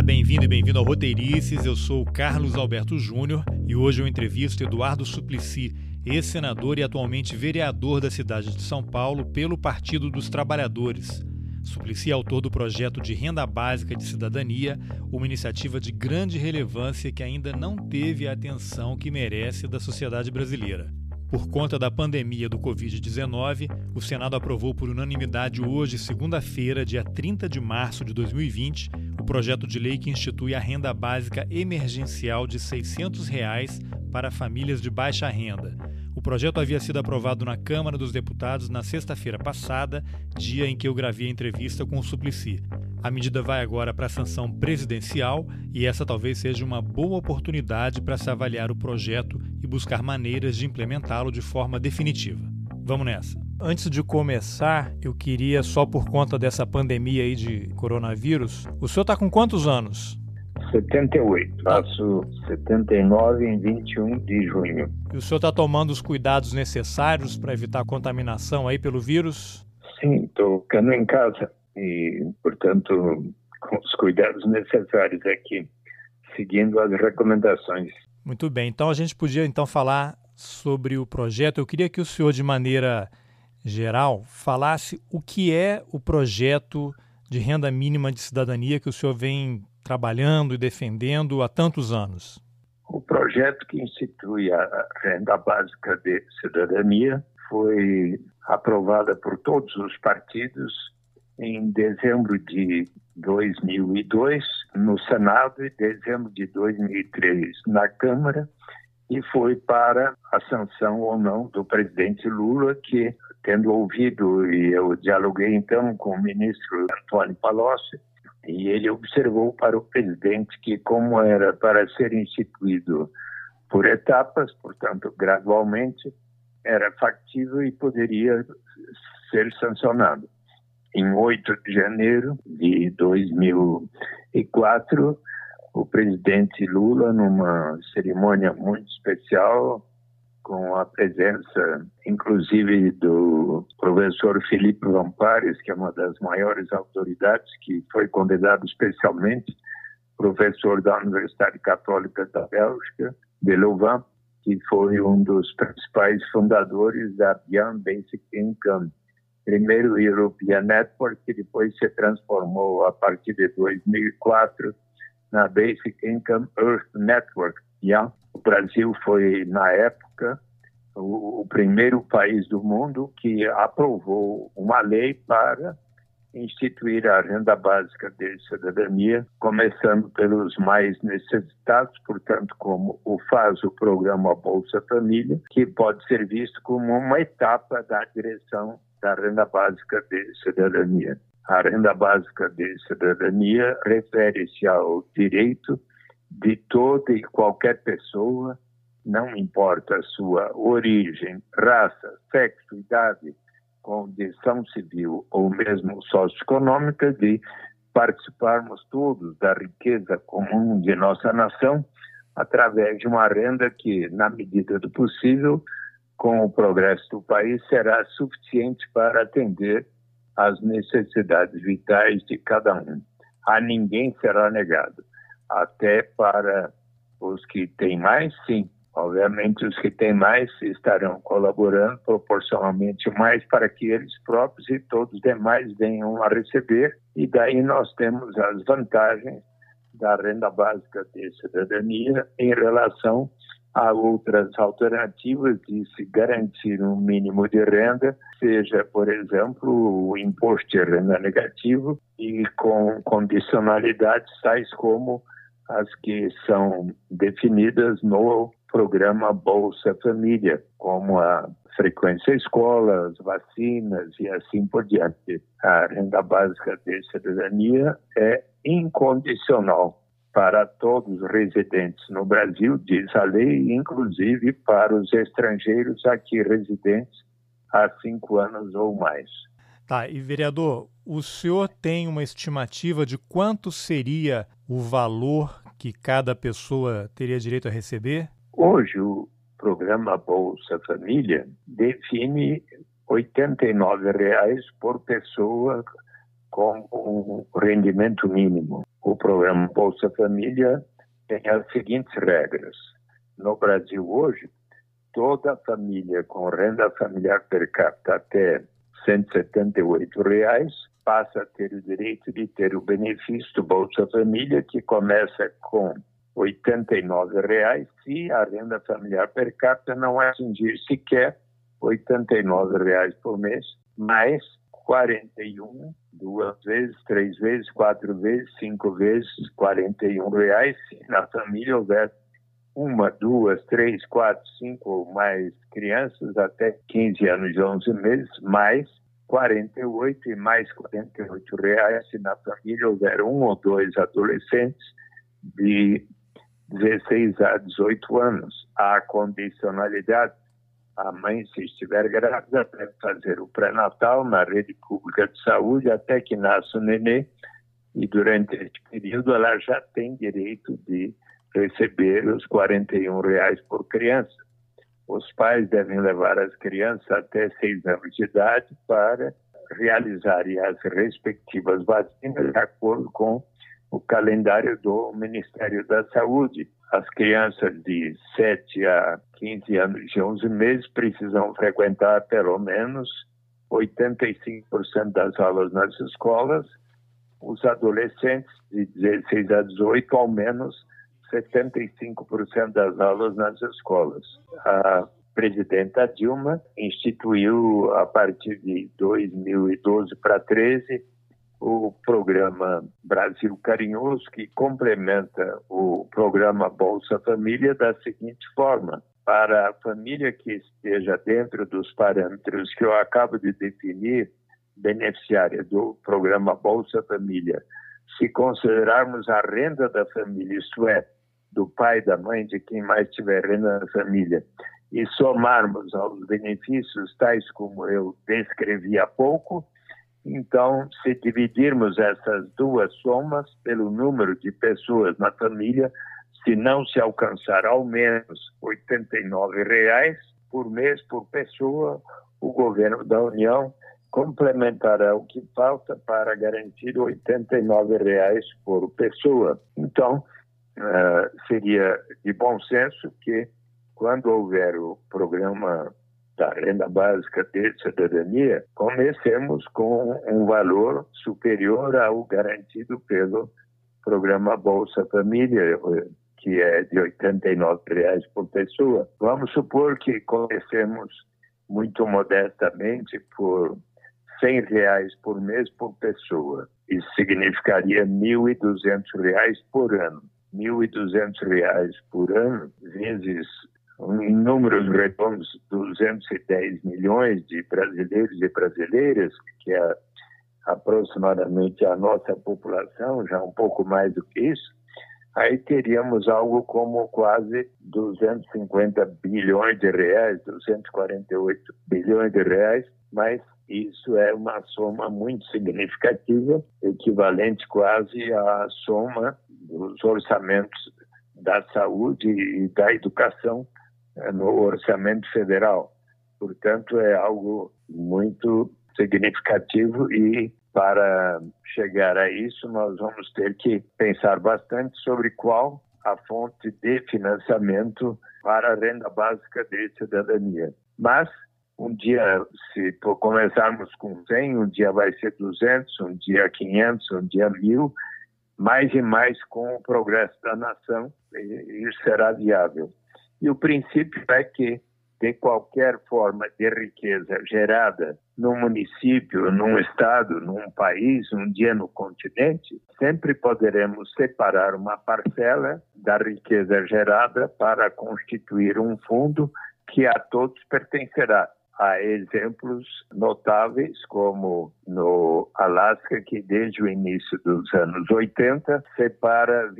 bem-vindo e bem-vindo ao Roteirices. Eu sou o Carlos Alberto Júnior e hoje eu entrevisto Eduardo Suplicy, ex-senador e atualmente vereador da cidade de São Paulo pelo Partido dos Trabalhadores. Suplicy é autor do projeto de Renda Básica de Cidadania, uma iniciativa de grande relevância que ainda não teve a atenção que merece da sociedade brasileira. Por conta da pandemia do Covid-19, o Senado aprovou por unanimidade hoje, segunda-feira, dia 30 de março de 2020, o projeto de lei que institui a renda básica emergencial de R$ 600 para famílias de baixa renda. O projeto havia sido aprovado na Câmara dos Deputados na sexta-feira passada, dia em que eu gravei a entrevista com o Suplicy. A medida vai agora para a sanção presidencial e essa talvez seja uma boa oportunidade para se avaliar o projeto e buscar maneiras de implementá-lo de forma definitiva. Vamos nessa. Antes de começar, eu queria, só por conta dessa pandemia aí de coronavírus, o senhor está com quantos anos? 78. Faço 79 em 21 de junho. E o senhor está tomando os cuidados necessários para evitar a contaminação aí pelo vírus? Sim, estou ficando em casa e, portanto, com os cuidados necessários aqui, seguindo as recomendações. Muito bem, então a gente podia falar sobre o projeto. Eu queria que o senhor, de maneira geral, falasse o que é o projeto de renda mínima de cidadania que o senhor vem trabalhando e defendendo há tantos anos. O projeto que institui a renda básica de cidadania foi aprovada por todos os partidos em dezembro de 2002 no Senado e dezembro de 2003 na Câmara, e foi para a sanção ou não do presidente Lula, que, tendo ouvido, e eu dialoguei então com o ministro Antônio Palocci, e ele observou para o presidente que, como era para ser instituído por etapas, portanto, gradualmente, era factível e poderia ser sancionado. Em 8 de janeiro de 2004, o presidente Lula, numa cerimônia muito especial, com a presença, inclusive, do professor Felipe Vampares, que é uma das maiores autoridades, que foi convidado especialmente, professor da Universidade Católica da Bélgica, de Louvain, que foi um dos principais fundadores da Beyond Basic Income, primeiro European Network, que depois se transformou, a partir de 2004, na Basic Income Earth Network. O Brasil foi, na época, o primeiro país do mundo que aprovou uma lei para instituir a renda básica de cidadania, começando pelos mais necessitados, portanto, como faz o programa Bolsa Família, que pode ser visto como uma etapa da direção da renda básica de cidadania. A renda básica de cidadania refere-se ao direito de toda e qualquer pessoa, não importa a sua origem, raça, sexo, idade, condição civil ou mesmo socioeconômica, de participarmos todos da riqueza comum de nossa nação através de uma renda que, na medida do possível, com o progresso do país, será suficiente para atender às necessidades vitais de cada um. A ninguém será negado. Até para os que têm mais, sim. Obviamente, os que têm mais estarão colaborando proporcionalmente mais para que eles próprios e todos os demais venham a receber. E daí nós temos as vantagens da renda básica de cidadania em relação a outras alternativas de se garantir um mínimo de renda, seja, por exemplo, o imposto de renda negativo e com condicionalidades tais como as que são definidas no programa Bolsa Família, como a frequência à escola, as vacinas e assim por diante. A renda básica de cidadania é incondicional para todos os residentes no Brasil, diz a lei, inclusive para os estrangeiros aqui residentes há 5 anos ou mais. Tá, e vereador, o senhor tem uma estimativa de quanto seria o valor que cada pessoa teria direito a receber? Hoje, o programa Bolsa Família define R$ 89 por pessoa com um rendimento mínimo. O programa Bolsa Família tem as seguintes regras. No Brasil hoje, toda família com renda familiar per capita até R$ 178 passa a ter o direito de ter o benefício do Bolsa Família, que começa com R$ 89 se a renda familiar per capita não atingir sequer R$ 89 por mês, mais 41, 2 vezes, 3 vezes, 4 vezes, 5 vezes, R$ 41, se na família houver 1, 2, 3, 4, 5 ou mais crianças até 15 anos e 11 meses, mais 48 e mais R$ 48 se na família houver 1 ou 2 adolescentes de 16 a 18 anos. Há condicionalidade. A mãe, se estiver grávida, deve fazer o pré-natal na rede pública de saúde até que nasça o nenê, e durante este período ela já tem direito de receber os R$ 41 por criança. Os pais devem levar as crianças até 6 anos de idade para realizarem as respectivas vacinas de acordo com o calendário do Ministério da Saúde. As crianças de 7 a 15 anos e 11 meses precisam frequentar pelo menos 85% das aulas nas escolas. Os adolescentes de 16 a 18, ao menos 75% das aulas nas escolas. A presidenta Dilma instituiu, a partir de 2012 para 2013, o programa Brasil Carinhoso, que complementa o programa Bolsa Família da seguinte forma: para a família que esteja dentro dos parâmetros que eu acabo de definir, beneficiária do programa Bolsa Família, se considerarmos a renda da família, isto é, do pai, da mãe, de quem mais tiver renda na família, e somarmos aos benefícios tais como eu descrevi há pouco, então, se dividirmos essas duas somas pelo número de pessoas na família, se não se alcançar ao menos R$ 89 por mês por pessoa, o governo da União complementará o que falta para garantir R$ 89 por pessoa. Então, seria de bom senso que, quando houver o programa da renda básica de cidadania, comecemos com um valor superior ao garantido pelo programa Bolsa Família, que é de R$ 89 por pessoa. Vamos supor que comecemos muito modestamente por R$ 100 por mês por pessoa. Isso significaria R$ 1.200 por ano. R$ 1.200 por ano, vezes em números redondos, 210 milhões de brasileiros e brasileiras, que é aproximadamente a nossa população, já um pouco mais do que isso, aí teríamos algo como quase 250 bilhões de reais, 248 bilhões de reais, mas isso é uma soma muito significativa, equivalente quase à soma dos orçamentos da saúde e da educação no orçamento federal. Portanto, é algo muito significativo e, para chegar a isso, nós vamos ter que pensar bastante sobre qual a fonte de financiamento para a renda básica de cidadania. Mas, um dia, se começarmos com 100, um dia vai ser 200, um dia 500, um dia 1.000, mais e mais com o progresso da nação, isso será viável. E o princípio é que, de qualquer forma de riqueza gerada num município, num estado, num país, um dia no continente, sempre poderemos separar uma parcela da riqueza gerada para constituir um fundo que a todos pertencerá. Há exemplos notáveis, como no Alasca, que desde o início dos anos 80 separa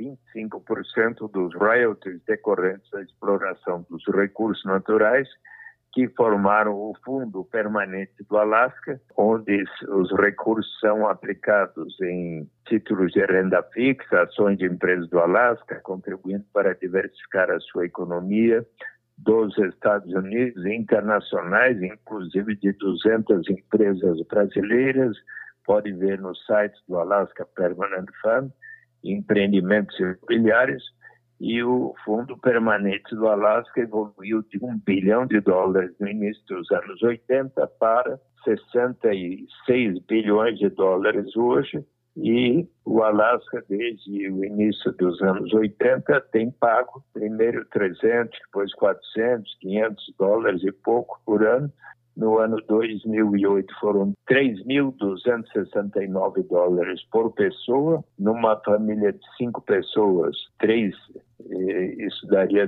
25% dos royalties decorrentes da exploração dos recursos naturais, que formaram o Fundo Permanente do Alasca, onde os recursos são aplicados em títulos de renda fixa, ações de empresas do Alasca, contribuindo para diversificar a sua economia, dos Estados Unidos e internacionais, inclusive de 200 empresas brasileiras, pode ver no site do Alaska Permanent Fund, empreendimentos imobiliários, e o Fundo Permanente do Alasca evoluiu de $1 bilhão no início dos anos 80 para 66 bilhões de dólares hoje, e o Alasca, desde o início dos anos 80, tem pago primeiro 300, depois 400, $500 e pouco por ano. No ano 2008 foram $3.269 por pessoa. Numa família de 5 pessoas, isso daria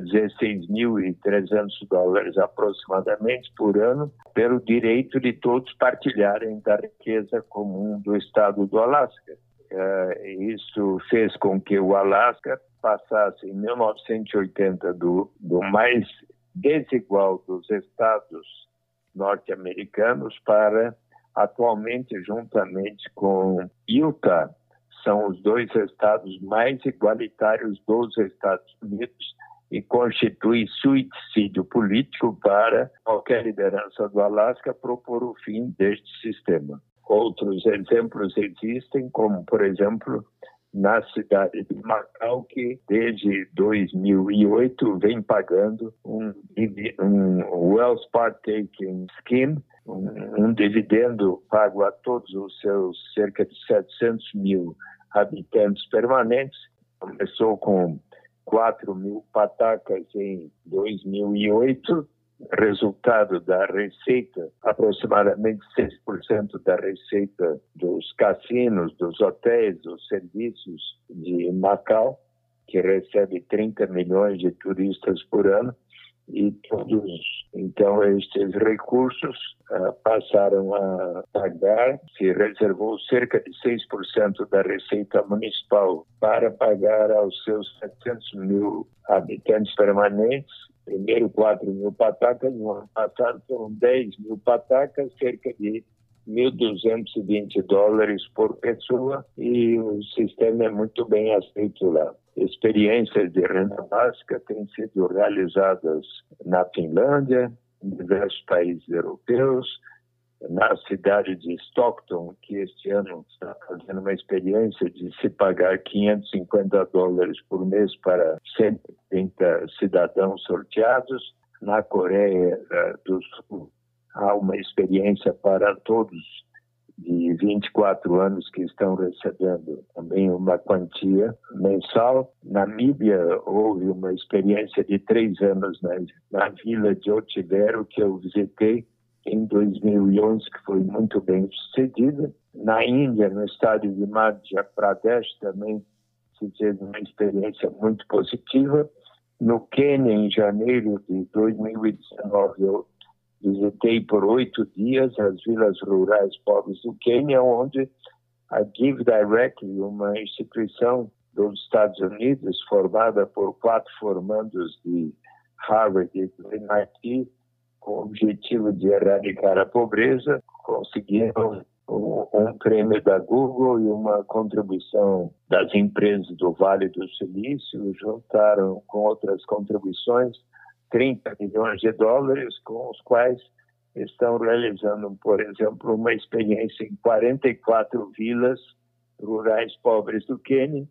$16.300 aproximadamente por ano, pelo direito de todos partilharem da riqueza comum do estado do Alasca. Isso fez com que o Alasca passasse, em 1980, do mais desigual dos estados norte-americanos para, atualmente, juntamente com Utah, são os 2 estados mais igualitários dos Estados Unidos e constitui suicídio político para qualquer liderança do Alasca propor o fim deste sistema. Outros exemplos existem, como, por exemplo, na cidade de Macau, que desde 2008 vem pagando um Wealth Partaking Scheme, um dividendo pago a todos os seus cerca de 700 mil habitantes permanentes. Começou com 4 mil patacas em 2008, resultado da receita, aproximadamente 6% da receita dos cassinos, dos hotéis, dos serviços de Macau, que recebe 30 milhões de turistas por ano, e todos, então, estes recursos passaram a pagar, se reservou cerca de 6% da receita municipal para pagar aos seus 700 mil habitantes permanentes. Primeiro 4 mil patacas, no ano passado foram 10 mil patacas, cerca de $1.220 por pessoa, e o sistema é muito bem aceito lá. Experiências de renda básica têm sido realizadas na Finlândia, em diversos países europeus, na cidade de Stockton, que este ano está fazendo uma experiência de se pagar $550 por mês para 130 cidadãos sorteados. Na Coreia do Sul, há uma experiência para todos de 24 anos que estão recebendo também uma quantia mensal. Na Namíbia, houve uma experiência de 3 anos na vila de Otivero, que eu visitei em 2011, que foi muito bem sucedida. Na Índia, no estado de Madhya Pradesh, também se fez uma experiência muito positiva. No Quênia, em janeiro de 2019, eu visitei por 8 dias as vilas rurais pobres do Quênia, onde a Give Directly, uma instituição dos Estados Unidos, formada por 4 formandos de Harvard e do MIT, com o objetivo de erradicar a pobreza, conseguiram um prêmio da Google e uma contribuição das empresas do Vale do Silício, juntaram com outras contribuições $30 milhões, com os quais estão realizando, por exemplo, uma experiência em 44 vilas rurais pobres do Quênia,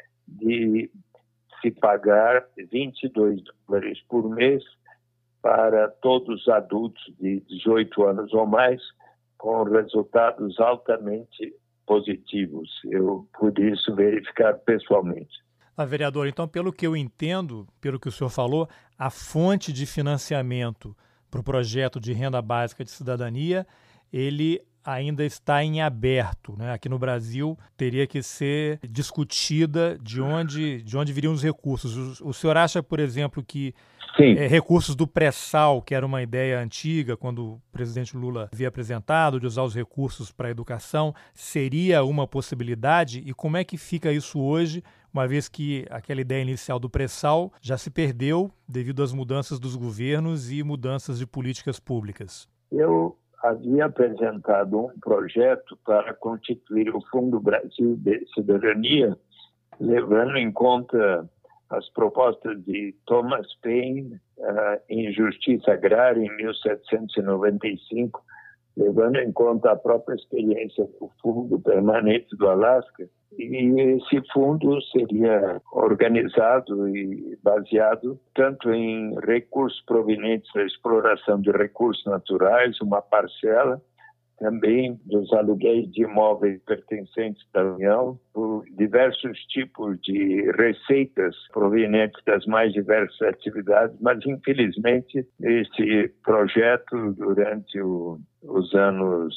de se pagar $22 por mês para todos os adultos de 18 anos ou mais, com resultados altamente positivos. Eu pude isso verificar pessoalmente. Vereador, então, pelo que eu entendo, pelo que o senhor falou, a fonte de financiamento para o projeto de renda básica de cidadania, ele ainda está em aberto, né? Aqui no Brasil teria que ser discutida de onde viriam os recursos. O senhor acha, por exemplo, que recursos do pré-sal, que era uma ideia antiga, quando o presidente Lula havia apresentado, de usar os recursos para a educação, seria uma possibilidade? E como é que fica isso hoje, uma vez que aquela ideia inicial do pré-sal já se perdeu devido às mudanças dos governos e mudanças de políticas públicas? Eu havia apresentado um projeto para constituir o Fundo Brasil de Cidadania, levando em conta as propostas de Thomas Paine em Justiça Agrária, em 1795, levando em conta a própria experiência do Fundo Permanente do Alasca. E esse fundo seria organizado e baseado tanto em recursos provenientes da exploração de recursos naturais, uma parcela, também dos aluguéis de imóveis pertencentes da União, por diversos tipos de receitas provenientes das mais diversas atividades, mas infelizmente esse projeto durante os anos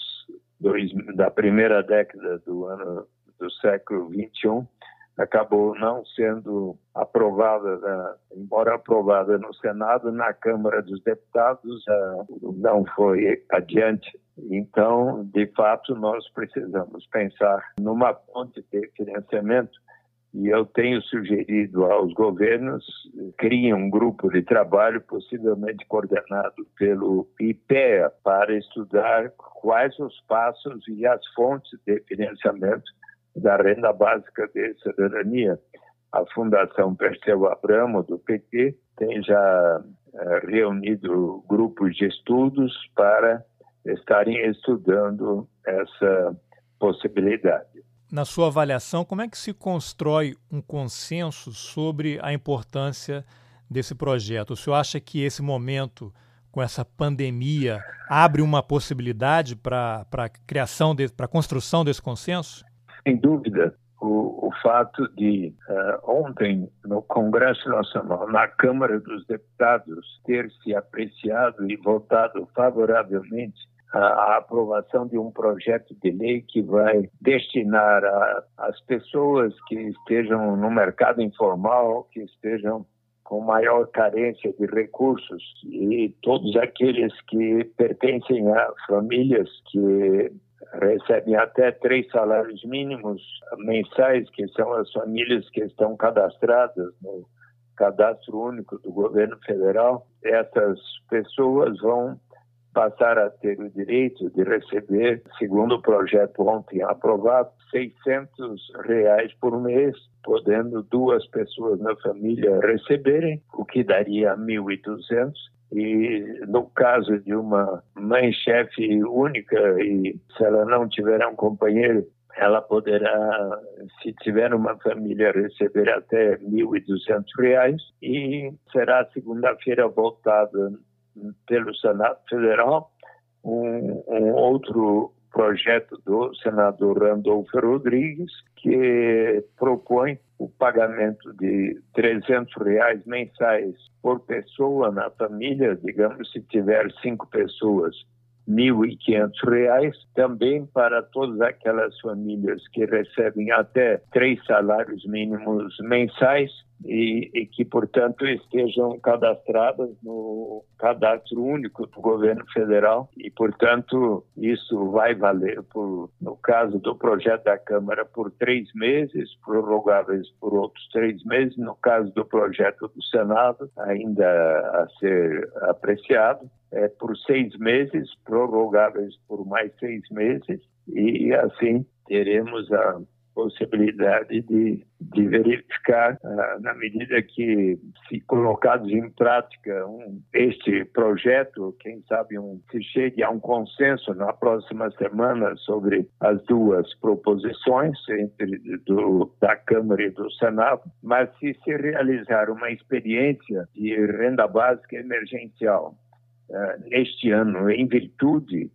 da primeira década do século XXI acabou não sendo aprovada, embora aprovada no Senado, na Câmara dos Deputados não foi adiante. Então, de fato, nós precisamos pensar numa fonte de financiamento e eu tenho sugerido aos governos criem um grupo de trabalho, possivelmente coordenado pelo IPEA, para estudar quais os passos e as fontes de financiamento da renda básica de cidadania. A Fundação Perseu Abramo, do PT, tem já reunido grupos de estudos para estarem estudando essa possibilidade. Na sua avaliação, como é que se constrói um consenso sobre a importância desse projeto? O senhor acha que esse momento, com essa pandemia, abre uma possibilidade para a construção desse consenso? Sem dúvida. O fato de ontem, no Congresso Nacional, na Câmara dos Deputados, ter se apreciado e votado favoravelmente a aprovação de um projeto de lei que vai destinar as pessoas que estejam no mercado informal, que estejam com maior carência de recursos e todos aqueles que pertencem a famílias que recebem até 3 salários mínimos mensais, que são as famílias que estão cadastradas no Cadastro Único do Governo Federal. Essas pessoas vão passar a ter o direito de receber, segundo o projeto ontem aprovado, R$600 por mês, podendo 2 pessoas na família receberem, o que daria R$1.200. E no caso de uma mãe-chefe única, e se ela não tiver um companheiro, ela poderá, se tiver uma família, receber até R$1.200 e será segunda-feira votada pelo Senado Federal um outro projeto do senador Randolfo Rodrigues que propõe o pagamento de R$300 mensais por pessoa na família, digamos, se tiver 5 pessoas, R$1.500, também para todas aquelas famílias que recebem até 3 salários mínimos mensais e que, portanto, estejam cadastradas no Cadastro Único do Governo Federal e, portanto, isso vai valer, no caso do projeto da Câmara, por 3 meses, prorrogáveis por outros 3 meses, no caso do projeto do Senado, ainda a ser apreciado, por 6 meses, prorrogáveis por mais 6 meses, e assim teremos a possibilidade de verificar, na medida que, se colocados em prática este projeto, quem sabe se chegue a um consenso na próxima semana sobre as 2 proposições da Câmara e do Senado, mas se realizar uma experiência de renda básica emergencial neste ano, em virtude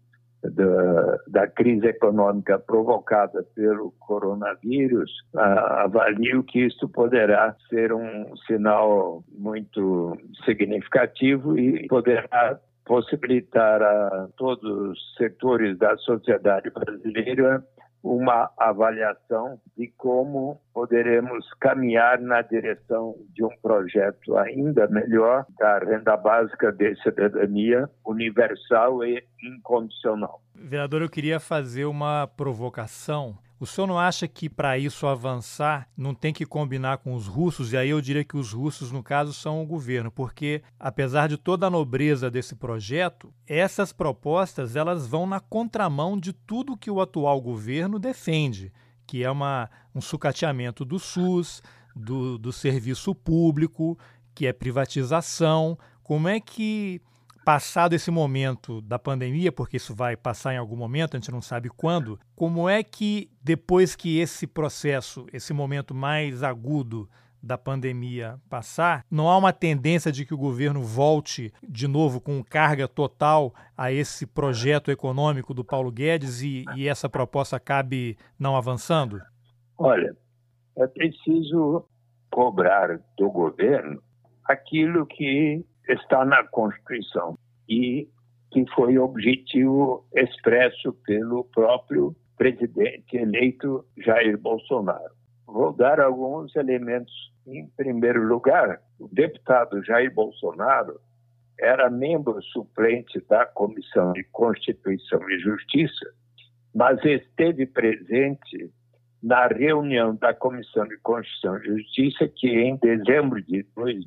da crise econômica provocada pelo coronavírus, avalio que isto poderá ser um sinal muito significativo e poderá possibilitar a todos os setores da sociedade brasileira uma avaliação de como poderemos caminhar na direção de um projeto ainda melhor da renda básica de cidadania universal e incondicional. Vereador, eu queria fazer uma provocação. O senhor não acha que, para isso avançar, não tem que combinar com os russos? E aí eu diria que os russos, no caso, são o governo, porque, apesar de toda a nobreza desse projeto, essas propostas elas vão na contramão de tudo que o atual governo defende, que é um sucateamento do SUS, do serviço público, que é privatização. Como é que passado esse momento da pandemia, porque isso vai passar em algum momento, a gente não sabe quando, como é que depois que esse processo, esse momento mais agudo da pandemia passar, não há uma tendência de que o governo volte de novo com carga total a esse projeto econômico do Paulo Guedes e essa proposta acabe não avançando? Olha, é preciso cobrar do governo aquilo que está na Constituição e que foi objetivo expresso pelo próprio presidente eleito Jair Bolsonaro. Vou dar alguns elementos. Em primeiro lugar, o deputado Jair Bolsonaro era membro suplente da Comissão de Constituição e Justiça, mas esteve presente na reunião da Comissão de Constituição e Justiça que, em dezembro de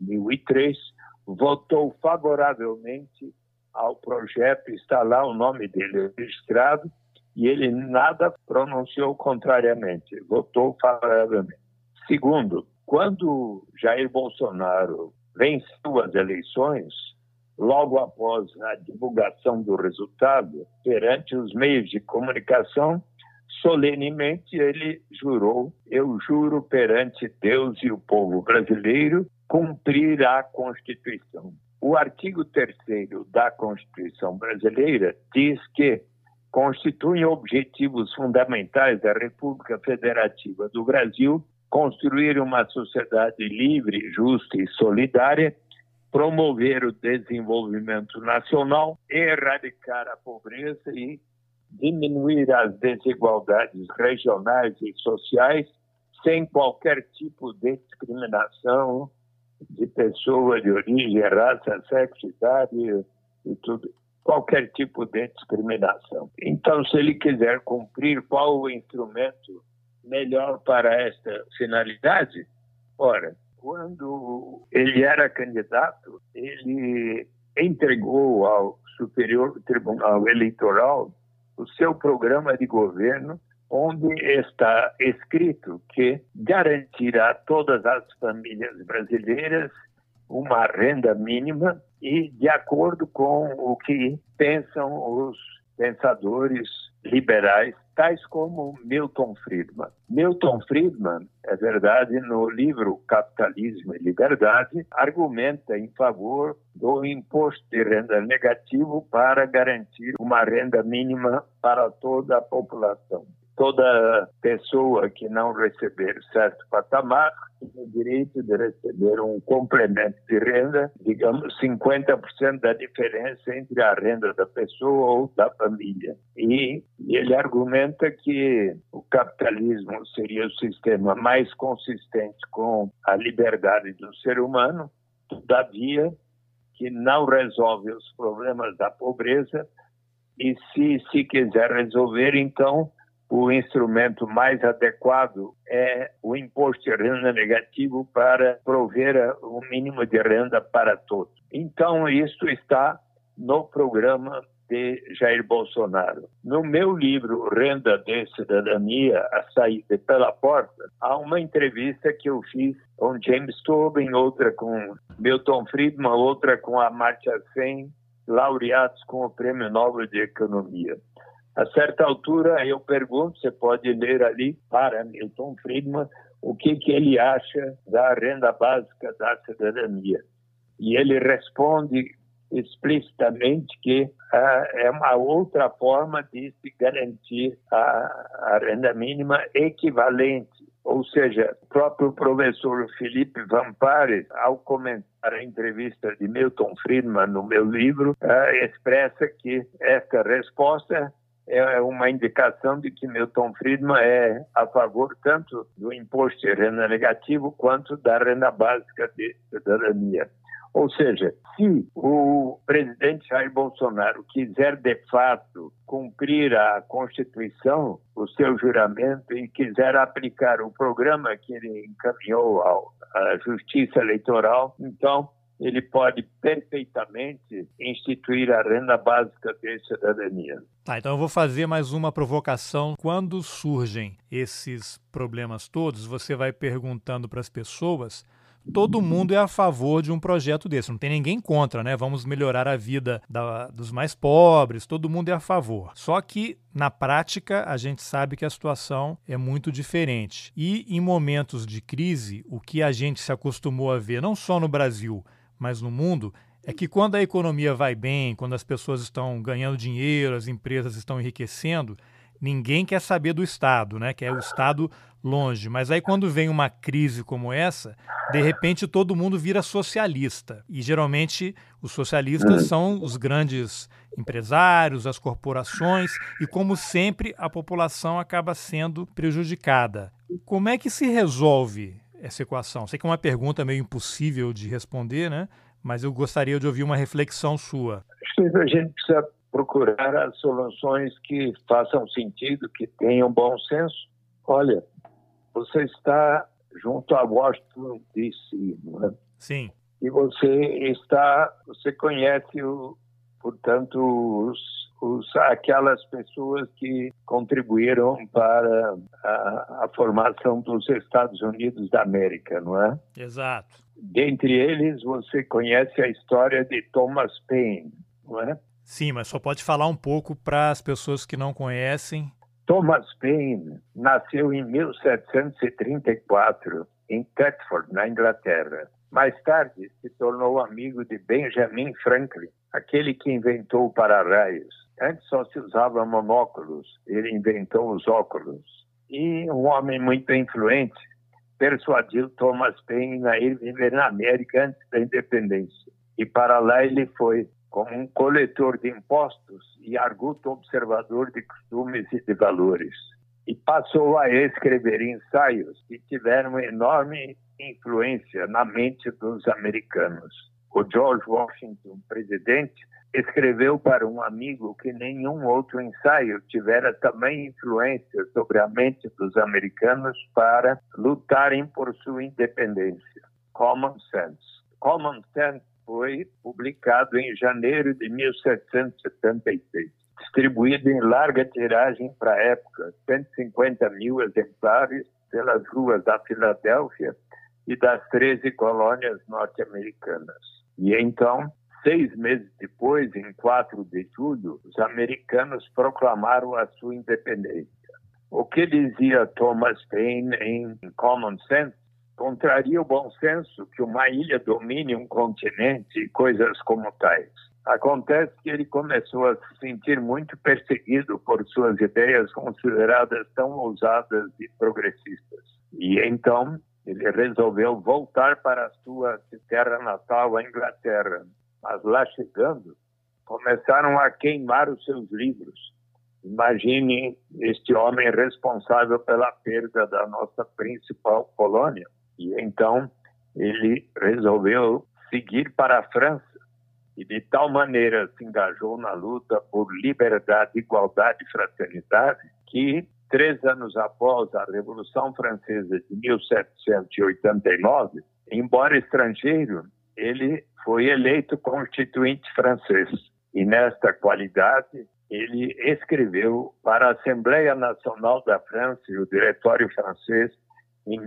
2003, votou favoravelmente ao projeto, está lá o nome dele registrado, e ele nada pronunciou contrariamente, votou favoravelmente. Segundo, quando Jair Bolsonaro venceu as eleições, logo após a divulgação do resultado, perante os meios de comunicação, solenemente ele jurou: eu juro perante Deus e o povo brasileiro cumprir a Constituição. O artigo 3º da Constituição brasileira diz que constituem objetivos fundamentais da República Federativa do Brasil construir uma sociedade livre, justa e solidária, promover o desenvolvimento nacional, erradicar a pobreza e diminuir as desigualdades regionais e sociais sem qualquer tipo de discriminação de pessoa, de origem, raça, sexo, idade e tudo. Qualquer tipo de discriminação. Então, se ele quiser cumprir, qual o instrumento melhor para esta finalidade? Ora, quando ele era candidato, ele entregou ao Superior Tribunal Eleitoral o seu programa de governo, onde está escrito que garantirá a todas as famílias brasileiras uma renda mínima e de acordo com o que pensam os pensadores liberais, tais como Milton Friedman. Milton Friedman, é verdade, no livro Capitalismo e Liberdade, argumenta em favor do imposto de renda negativo para garantir uma renda mínima para toda a população. Toda pessoa que não receber certo patamar tem o direito de receber um complemento de renda, digamos 50% da diferença entre a renda da pessoa ou da família. E ele argumenta que o capitalismo seria o sistema mais consistente com a liberdade do ser humano, todavia que não resolve os problemas da pobreza e se quiser resolver, então o instrumento mais adequado é o imposto de renda negativo para prover o mínimo de renda para todos. Então, isso está no programa de Jair Bolsonaro. No meu livro Renda de Cidadania, A Saída pela Porta, há uma entrevista que eu fiz com James Tobin, outra com Milton Friedman, outra com Amartya Sen, laureados com o Prêmio Nobel de Economia. A certa altura, eu pergunto, você pode ler ali para Milton Friedman, o que ele acha da renda básica da cidadania. E ele responde explicitamente que é uma outra forma de se garantir a renda mínima equivalente. Ou seja, o próprio professor Felipe Vampares, ao comentar a entrevista de Milton Friedman no meu livro, expressa que esta resposta é uma indicação de que Milton Friedman é a favor tanto do imposto de renda negativo quanto da renda básica de cidadania. Ou seja, se o presidente Jair Bolsonaro quiser, de fato, cumprir a Constituição, o seu juramento, e quiser aplicar o programa que ele encaminhou à Justiça Eleitoral, então ele pode perfeitamente instituir a renda básica de cidadania. Tá, então eu vou fazer mais uma provocação. Quando surgem esses problemas todos, você vai perguntando para as pessoas todo mundo é a favor de um projeto desse, não tem ninguém contra, né? Vamos melhorar a vida dos mais pobres, todo mundo é a favor. Só que, na prática, a gente sabe que a situação é muito diferente. E em momentos de crise, o que a gente se acostumou a ver, não só no Brasil, mas no mundo, é que quando a economia vai bem, quando as pessoas estão ganhando dinheiro, as empresas estão enriquecendo, ninguém quer saber do Estado, né? Quer o Estado longe. Mas aí quando vem uma crise como essa, de repente todo mundo vira socialista. E geralmente os socialistas são os grandes empresários, as corporações, e como sempre a população acaba sendo prejudicada. Como é que se resolve essa equação? Sei que é uma pergunta meio impossível de responder, né? Mas eu gostaria de ouvir uma reflexão sua. Acho que a gente precisa procurar as soluções que façam sentido, que tenham bom senso. Olha, você está junto a Washington, D.C., não é? Sim. E você conhece, portanto, aquelas pessoas que contribuíram para a formação dos Estados Unidos da América, não é? Exato. Dentre eles, você conhece a história de Thomas Paine, não é? Sim, mas só pode falar um pouco para as pessoas que não conhecem. Thomas Paine nasceu em 1734 em Thetford, na Inglaterra. Mais tarde, se tornou amigo de Benjamin Franklin, aquele que inventou o para-raios. Antes só se usava monóculos, ele inventou os óculos. E um homem muito influente persuadiu Thomas Paine a ir viver na América antes da independência. E para lá ele foi, como um coletor de impostos e arguto observador de costumes e de valores. E passou a escrever ensaios que tiveram enorme influência na mente dos americanos. O George Washington, presidente, escreveu para um amigo que nenhum outro ensaio tivera tamanha influência sobre a mente dos americanos para lutarem por sua independência. Common Sense. Common Sense foi publicado em janeiro de 1776. Distribuído em larga tiragem para a época, 150 mil exemplares pelas ruas da Filadélfia e das 13 colônias norte-americanas. E então, 6 meses depois, em 4 de julho, os americanos proclamaram a sua independência. O que dizia Thomas Paine em Common Sense contraria o bom senso que uma ilha domine um continente e coisas como tais. Acontece que ele começou a se sentir muito perseguido por suas ideias consideradas tão ousadas e progressistas. E então ele resolveu voltar para a sua terra natal, a Inglaterra. Mas lá chegando, começaram a queimar os seus livros. Imagine este homem responsável pela perda da nossa principal colônia. E então ele resolveu seguir para a França e de tal maneira se engajou na luta por liberdade, igualdade e fraternidade que 3 anos após a Revolução Francesa de 1789, embora estrangeiro, ele foi eleito constituinte francês. E nesta qualidade, ele escreveu para a Assembleia Nacional da França e o Diretório Francês, em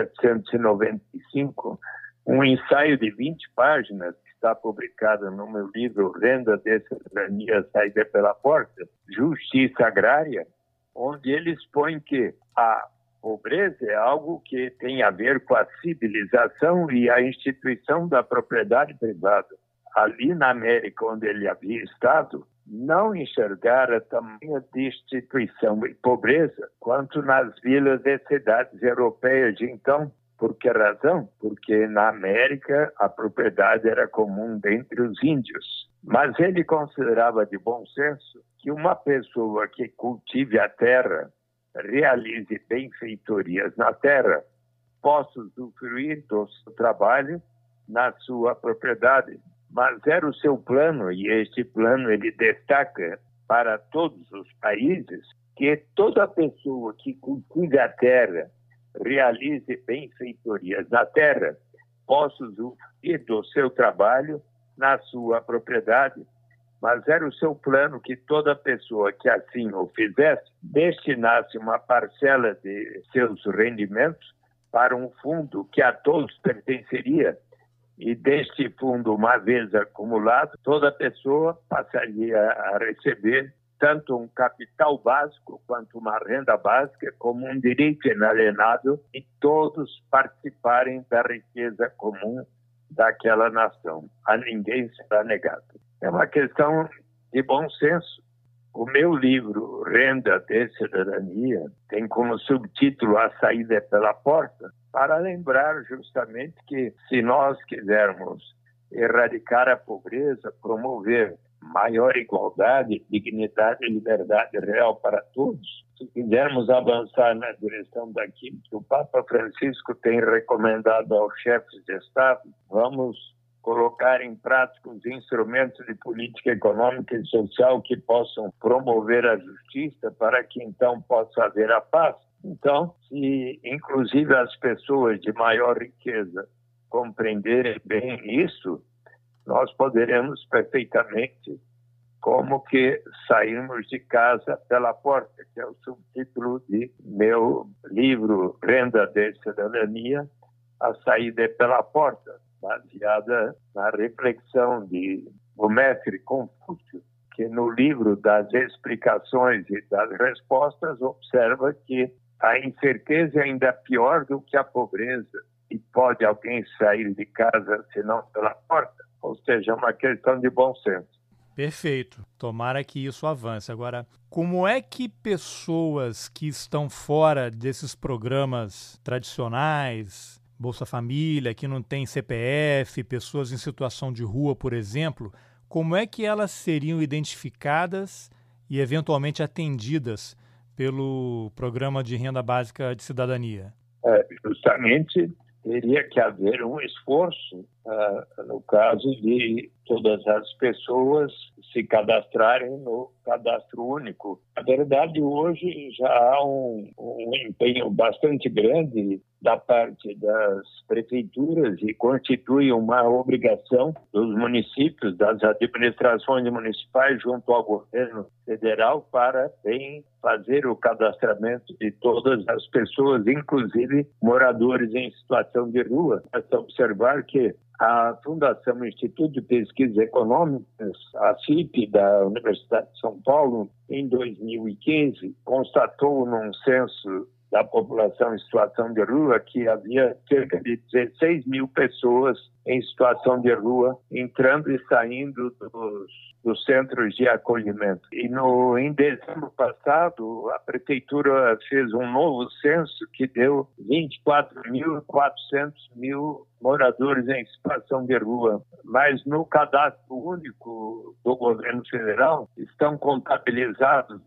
1795, um ensaio de 20 páginas, que está publicado no meu livro Renda de Cidadania, Saída pela Porta, Justiça Agrária, onde ele expõe que a pobreza é algo que tem a ver com a civilização e a instituição da propriedade privada. Ali na América, onde ele havia estado, não enxergara tamanha destituição e pobreza quanto nas vilas e cidades europeias de então. Por que razão? Porque na América a propriedade era comum dentre os índios. Mas ele considerava de bom senso que uma pessoa que cultive a terra, realize benfeitorias na terra, possa usufruir do seu trabalho na sua propriedade. Mas era o seu plano, e este plano ele destaca para todos os países, que toda pessoa que cultive a terra, realize benfeitorias na terra, possa usufruir do seu trabalho na sua propriedade. Mas era o seu plano que toda pessoa que assim o fizesse, destinasse uma parcela de seus rendimentos para um fundo que a todos pertenceria, e deste fundo, uma vez acumulado, toda pessoa passaria a receber tanto um capital básico quanto uma renda básica como um direito inalienado e todos participarem da riqueza comum daquela nação. A ninguém será negado. É uma questão de bom senso. O meu livro, Renda de Cidadania, tem como subtítulo A Saída é pela Porta, para lembrar justamente que se nós quisermos erradicar a pobreza, promover maior igualdade, dignidade e liberdade real para todos, se quisermos avançar na direção daquilo que o Papa Francisco tem recomendado aos chefes de Estado, vamos colocar em prática os instrumentos de política econômica e social que possam promover a justiça para que então possa haver a paz. Então, se inclusive as pessoas de maior riqueza compreenderem bem isso, nós poderemos perfeitamente como que sairmos de casa pela porta, que é o subtítulo de meu livro Renda de Cidadania, A Saída é pela Porta, baseada na reflexão de o mestre Confúcio, que no livro das explicações e das respostas observa que a incerteza é ainda pior do que a pobreza e pode alguém sair de casa senão pela porta, ou seja, é uma questão de bom senso. Perfeito. Tomara que isso avance. Agora, como é que pessoas que estão fora desses programas tradicionais, Bolsa Família, que não tem CPF, pessoas em situação de rua, por exemplo, como é que elas seriam identificadas e eventualmente atendidas pelo Programa de Renda Básica de Cidadania? Justamente teria que haver um esforço, no caso de todas as pessoas se cadastrarem no cadastro único. Na verdade, hoje já há um empenho bastante grande da parte das prefeituras e constitui uma obrigação dos municípios, das administrações municipais junto ao governo federal para bem fazer o cadastramento de todas as pessoas, inclusive moradores em situação de rua. Basta observar que a Fundação Instituto de Pesquisas Econômicas, a CIP, da Universidade de São Paulo, em 2015, constatou num censo da população em situação de rua que havia cerca de 16 mil pessoas em situação de rua entrando e saindo dos centros de acolhimento. E em dezembro passado, a prefeitura fez um novo censo que deu 24.400 moradores em situação de rua. Mas no cadastro único do governo federal estão contabilizados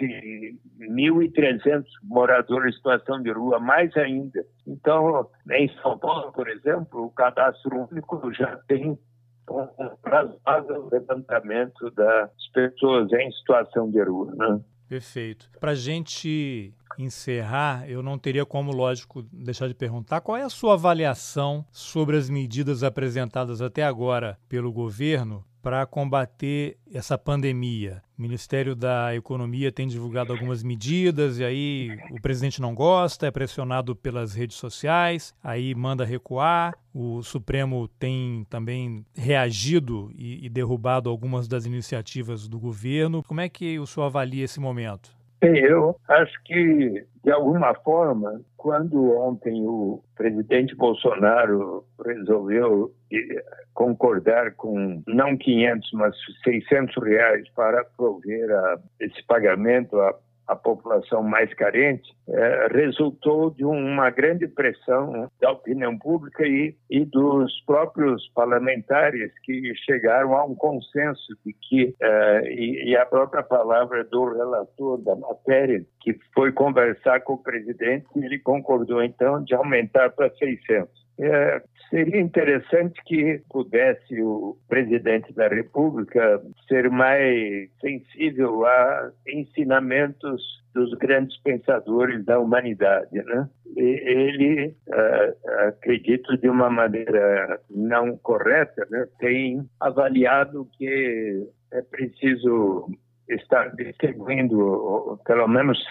13.300 moradores em situação de rua, mais ainda. Então, em São Paulo, por exemplo, o cadastro único já tem um razoável levantamento das pessoas em situação de rua, né? Perfeito. Para a gente encerrar, eu não teria como, lógico, deixar de perguntar qual é a sua avaliação sobre as medidas apresentadas até agora pelo governo para combater essa pandemia. O Ministério da Economia tem divulgado algumas medidas e aí o presidente não gosta, é pressionado pelas redes sociais, aí manda recuar. O Supremo tem também reagido e derrubado algumas das iniciativas do governo. Como é que o senhor avalia esse momento? Eu acho que, de alguma forma, quando ontem o presidente Bolsonaro resolveu concordar com não 500, mas R$600 para prover esse pagamento à população mais carente, resultou de uma grande pressão da opinião pública e dos próprios parlamentares que chegaram a um consenso de que, e a própria palavra do relator da matéria, que foi conversar com o presidente, ele concordou então de aumentar para 600. Seria interessante que pudesse o presidente da República ser mais sensível a ensinamentos dos grandes pensadores da humanidade, né? Ele, acredito de uma maneira não correta, né, tem avaliado que é preciso estar distribuindo, ou pelo menos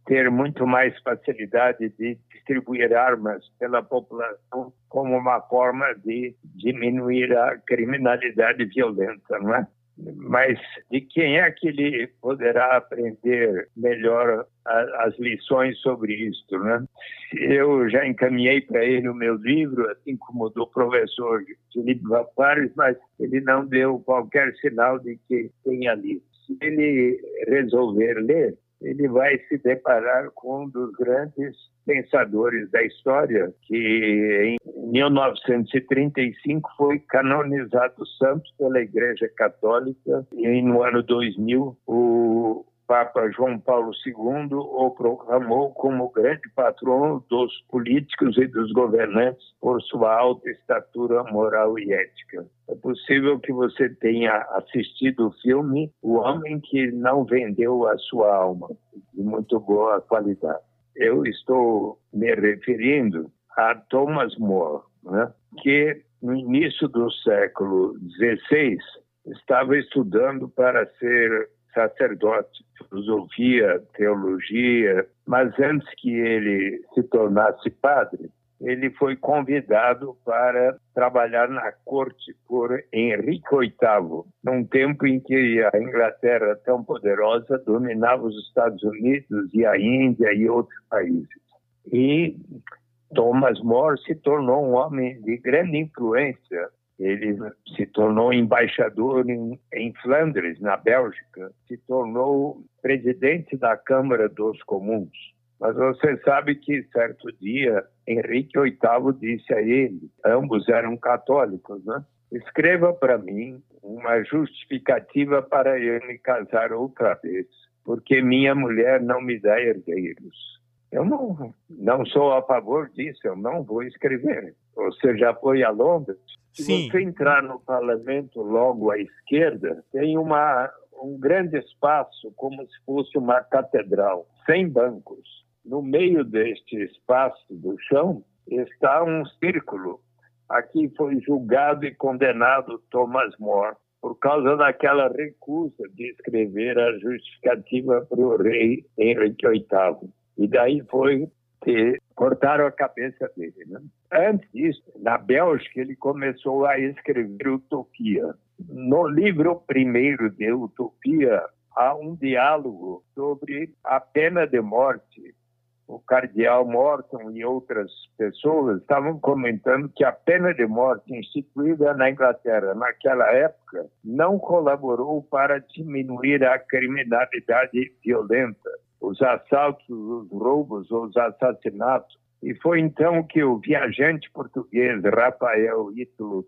ter muito mais facilidade de distribuir armas pela população como uma forma de diminuir a criminalidade violenta, não é? Mas de quem é que ele poderá aprender melhor as lições sobre isto, né? Eu já encaminhei para ele o meu livro, assim como do professor Felipe Vampares, mas ele não deu qualquer sinal de que tenha lido. Se ele resolver ler, ele vai se deparar com um dos grandes pensadores da história, que em 1935 foi canonizado santo pela Igreja Católica e no ano 2000 o Papa João Paulo II o proclamou como grande patrono dos políticos e dos governantes por sua alta estatura moral e ética. É possível que você tenha assistido o filme O Homem que Não Vendeu a Sua Alma, de muito boa qualidade. Eu estou me referindo a Thomas More, né, que no início do século XVI estava estudando para ser sacerdote, filosofia, teologia, mas antes que ele se tornasse padre, ele foi convidado para trabalhar na corte por Henrique VIII, num tempo em que a Inglaterra, tão poderosa, dominava os Estados Unidos e a Índia e outros países. E Thomas More se tornou um homem de grande influência. Ele se tornou embaixador em Flandres, na Bélgica, se tornou presidente da Câmara dos Comuns. Mas você sabe que, certo dia, Henrique VIII disse a ele, ambos eram católicos, né? Escreva para mim uma justificativa para eu me casar outra vez, porque minha mulher não me dá herdeiros. Eu não sou a favor disso, eu não vou escrever. Você já foi a Londres? Se Sim. você entrar no parlamento logo à esquerda, tem um grande espaço, como se fosse uma catedral, 100 bancos. No meio deste espaço do chão está um círculo. Aqui foi julgado e condenado Thomas More por causa daquela recusa de escrever a justificativa para o rei Henrique VIII. E daí foi que cortaram a cabeça dele, né? Antes disso, na Bélgica, ele começou a escrever Utopia. No livro primeiro de Utopia, há um diálogo sobre a pena de morte. O cardeal Morton e outras pessoas estavam comentando que a pena de morte instituída na Inglaterra naquela época não colaborou para diminuir a criminalidade violenta, os assaltos, os roubos, os assassinatos. E foi então que o viajante português Rafael Ítalo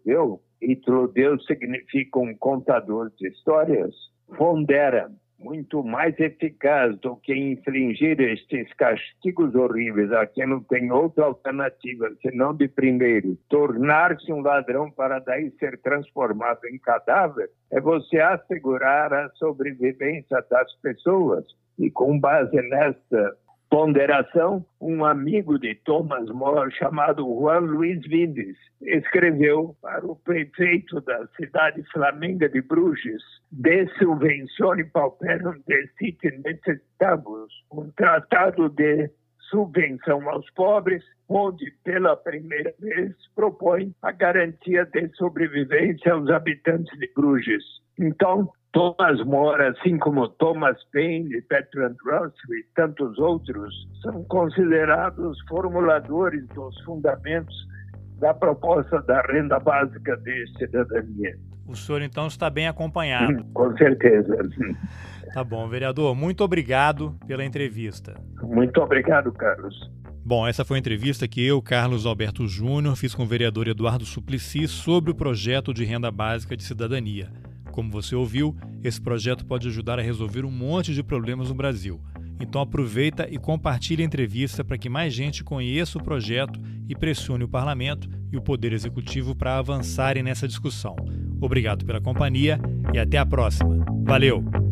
Deu significa um contador de histórias, pondera muito mais eficaz do que infligir estes castigos horríveis a quem não tem outra alternativa, senão de primeiro tornar-se um ladrão para daí ser transformado em cadáver, é você assegurar a sobrevivência das pessoas. E com base nesta ponderação, um amigo de Thomas More, chamado Juan Luis Vindes, escreveu para o prefeito da cidade flamenga de Bruges: "De subventione pauperum desite necessitabulos", um tratado de subvenção aos pobres, onde pela primeira vez propõe a garantia de sobrevivência aos habitantes de Bruges. Então, Thomas More, assim como Thomas Paine, Bertrand Russell e tantos outros, são considerados formuladores dos fundamentos da proposta da renda básica de cidadania. O senhor, então, está bem acompanhado. Com certeza. Tá bom, vereador. Muito obrigado pela entrevista. Muito obrigado, Carlos. Bom, essa foi a entrevista que eu, Carlos Alberto Júnior, fiz com o vereador Eduardo Suplicy sobre o projeto de renda básica de cidadania. Como você ouviu, esse projeto pode ajudar a resolver um monte de problemas no Brasil. Então aproveita e compartilhe a entrevista para que mais gente conheça o projeto e pressione o Parlamento e o Poder Executivo para avançarem nessa discussão. Obrigado pela companhia e até a próxima. Valeu!